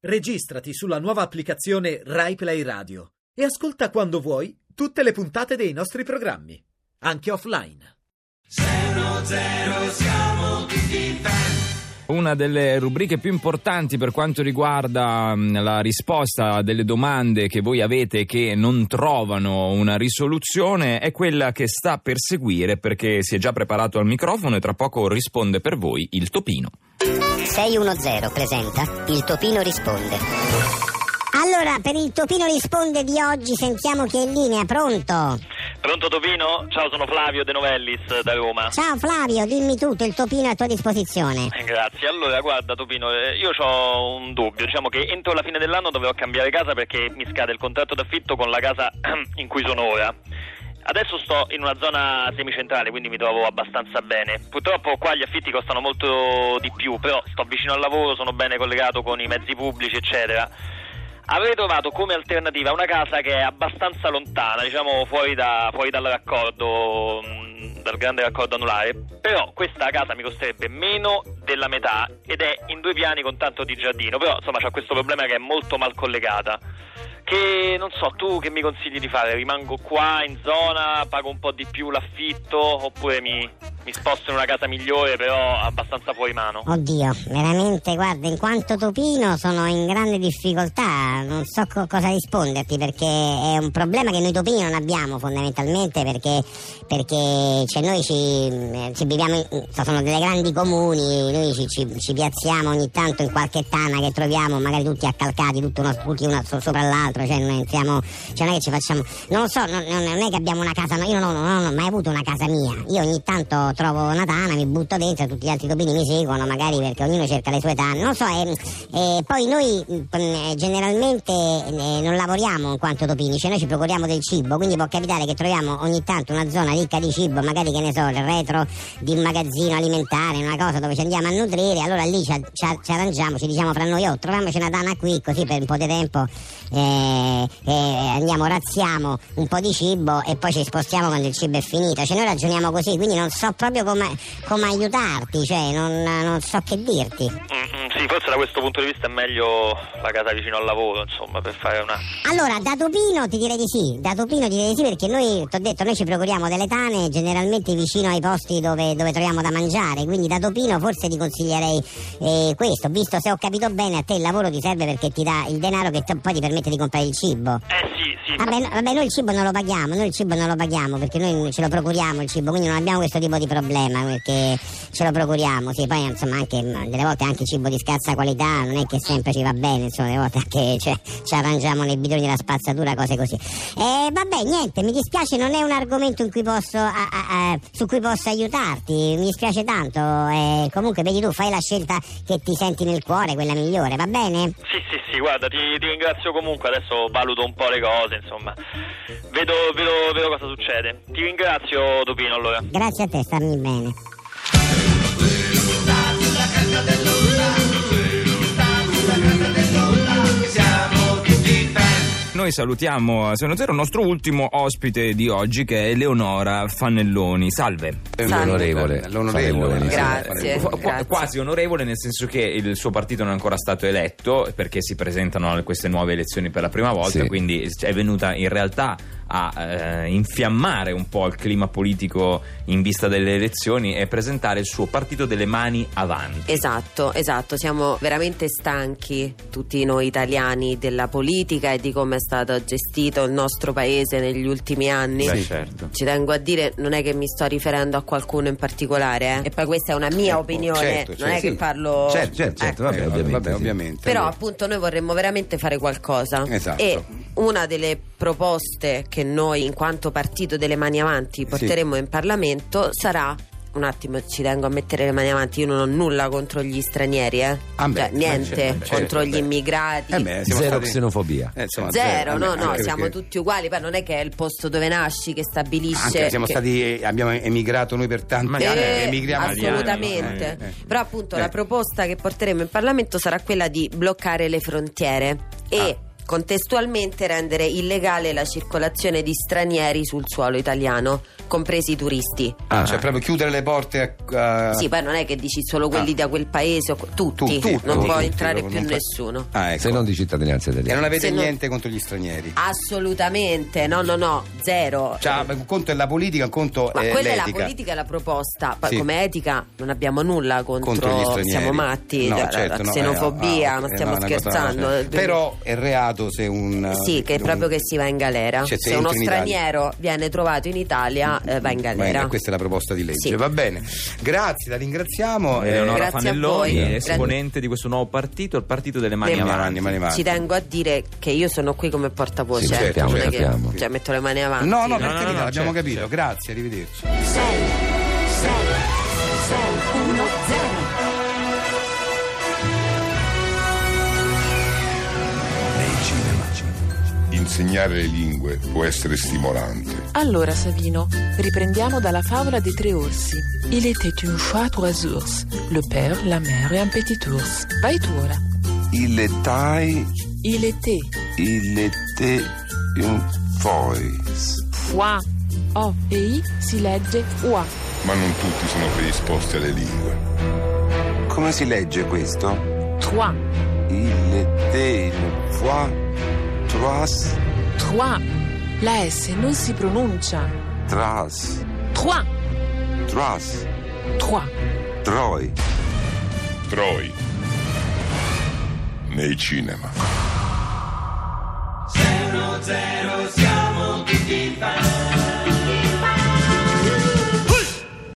Registrati sulla nuova applicazione Rai Play Radio e ascolta quando vuoi tutte le puntate dei nostri programmi, anche offline. 0-0 siamo tutti fan. Una delle rubriche più importanti per quanto riguarda la risposta delle domande che voi avete che non trovano una risoluzione è quella che sta per seguire, perché si è già preparato al microfono e tra poco risponde per voi il Topino. 610 presenta Il Topino risponde. Allora, per il Topino risponde di oggi sentiamo chi è in linea. Pronto? Pronto Topino? Ciao, sono Flavio De Novellis da Roma. Ciao Flavio, dimmi tutto, il Topino è a tua disposizione. Grazie. Allora, guarda Topino, io ho un dubbio. Diciamo che entro la fine dell'anno dovrò cambiare casa perché mi scade il contratto d'affitto con la casa in cui sono ora. Adesso sto in una zona semicentrale, quindi mi trovo abbastanza bene. Purtroppo qua gli affitti costano molto di più, però sto vicino al lavoro, sono bene collegato con i mezzi pubblici, eccetera. Avrei trovato come alternativa una casa che è abbastanza lontana, diciamo fuori dal raccordo, dal grande raccordo anulare, però questa casa mi costerebbe meno della metà ed è in 2 piani con tanto di giardino, però insomma c'ha questo problema che è molto mal collegata. Che non so, tu che mi consigli di fare? Rimango qua in zona, pago un po' di più l'affitto oppure mi sposto in una casa migliore però abbastanza fuori mano? Oddio, veramente, guarda, in quanto Topino sono in grande difficoltà, non so cosa risponderti, perché è un problema che noi Topini non abbiamo fondamentalmente, perché cioè noi ci viviamo sono delle grandi comuni, noi ci piazziamo ogni tanto in qualche tana che troviamo, magari tutti accalcati, tutti uno sopra l'altro, cioè non entriamo, cioè non è che ci facciamo, non lo so, non è che abbiamo una casa, no, io non ho mai avuto una casa mia, io ogni tanto trovo una tana, mi butto dentro, tutti gli altri Topini mi seguono, magari perché ognuno cerca le sue tane, non lo so, poi noi generalmente non lavoriamo in quanto Topini, cioè noi ci procuriamo del cibo, quindi può capitare che troviamo ogni tanto una zona ricca di cibo, magari che ne so, il retro di un magazzino alimentare, una cosa dove ci andiamo a nutrire, allora lì ci arrangiamo, ci diciamo fra noi, troviamoci una tana qui, così per un po' di tempo andiamo, razziamo un po' di cibo e poi ci spostiamo quando il cibo è finito, cioè noi ragioniamo così, quindi non so proprio come aiutarti, cioè non so che dirti. Sì, forse da questo punto di vista è meglio la casa vicino al lavoro, insomma, per fare una... Allora, da Topino ti direi di sì, perché noi, t'ho detto, noi ci procuriamo delle tane generalmente vicino ai posti dove troviamo da mangiare, quindi da Topino forse ti consiglierei questo, visto, se ho capito bene, a te il lavoro ti serve perché ti dà il denaro che poi ti permette di comprare il cibo. Sì. Vabbè, noi il cibo non lo paghiamo perché noi ce lo procuriamo il cibo, quindi non abbiamo questo tipo di problema, perché ce lo procuriamo, sì, poi insomma anche delle volte anche cibo di scarsa qualità non è che sempre ci va bene, insomma, delle volte anche ci arrangiamo nei bidoni della spazzatura, cose così. Vabbè, niente, mi dispiace, non è un argomento in cui su cui posso aiutarti, mi dispiace tanto, comunque vedi tu, fai la scelta che ti senti nel cuore, quella migliore, va bene? Sì, guarda, ti ringrazio comunque, adesso valuto un po' le cose, insomma, vedo cosa succede. Ti ringrazio Topino, allora. Grazie a te, stammi bene. Noi salutiamo a Zero il nostro ultimo ospite di oggi, che è Eleonora Fanelloni. Salve. L'onorevole. Grazie. Quasi onorevole, nel senso che il suo partito non è ancora stato eletto, perché si presentano a queste nuove elezioni per la prima volta, sì. Quindi è venuta in realtà a infiammare un po' il clima politico in vista delle elezioni e presentare il suo partito delle mani avanti. Esatto, siamo veramente stanchi tutti noi italiani della politica e di come è stato gestito il nostro paese negli ultimi anni. Beh, certo. Ci tengo a dire, non è che mi sto riferendo a qualcuno in particolare, e poi questa è una mia opinione, non è che parlo... Certo, vabbè, ovviamente. Però appunto noi vorremmo veramente fare qualcosa. Esatto. E una delle proposte che noi in quanto partito delle mani avanti porteremo in Parlamento sarà, un attimo ci tengo a mettere le mani avanti, io non ho nulla contro gli stranieri, niente, contro gli immigrati, zero xenofobia, zero, no, siamo tutti uguali, poi non è che è il posto dove nasci che stabilisce, abbiamo emigrato noi per tanti anni, emigriamo assolutamente, però appunto la proposta che porteremo in Parlamento sarà quella di bloccare le frontiere e contestualmente rendere illegale la circolazione di stranieri sul suolo italiano, compresi i turisti. Cioè proprio chiudere le porte a... Sì, poi non è che dici solo quelli da quel paese, tutti, non può entrare più nessuno. Ecco. Se non di cittadinanza italiana. E non avete niente contro gli stranieri? Assolutamente, no, zero. Cioè, un conto è la politica, un conto ma è quella l'etica. è la politica e la proposta. Poi Sì. come etica non abbiamo nulla contro gli stranieri. siamo matti, No, la certo, xenofobia, ma stiamo scherzando. Però è reato se un... Sì, che è proprio che si va in galera. Cioè, se uno straniero viene trovato in Italia va in galera. Questa è la proposta di legge, Sì. va bene. Grazie, la ringraziamo. Eleonora Grazie a Fanelloni, voi. esponente di questo nuovo partito, il partito delle mani avanti. Ci tengo a dire che io sono qui come portavoce. Sì, certo, non è che capiamo. cioè, metto le mani avanti. No, No, per no, carità, no, abbiamo certo, capito. certo. Grazie, arrivederci. 6 1 0. Insegnare le lingue può essere stimolante. Allora, Savino, riprendiamo dalla favola dei tre orsi. Il était une fois trois ours, le père, la mère et un petit ours. Vai tu ora. Il Il était un fois. fois. O e I si legge ua. Ma non tutti sono predisposti alle lingue. Come si legge questo? Trois. Il était une fois trois. Trois. La S non si pronuncia. Tras. Trois. Tras. Trois. Troi. Troi. Nei cinema.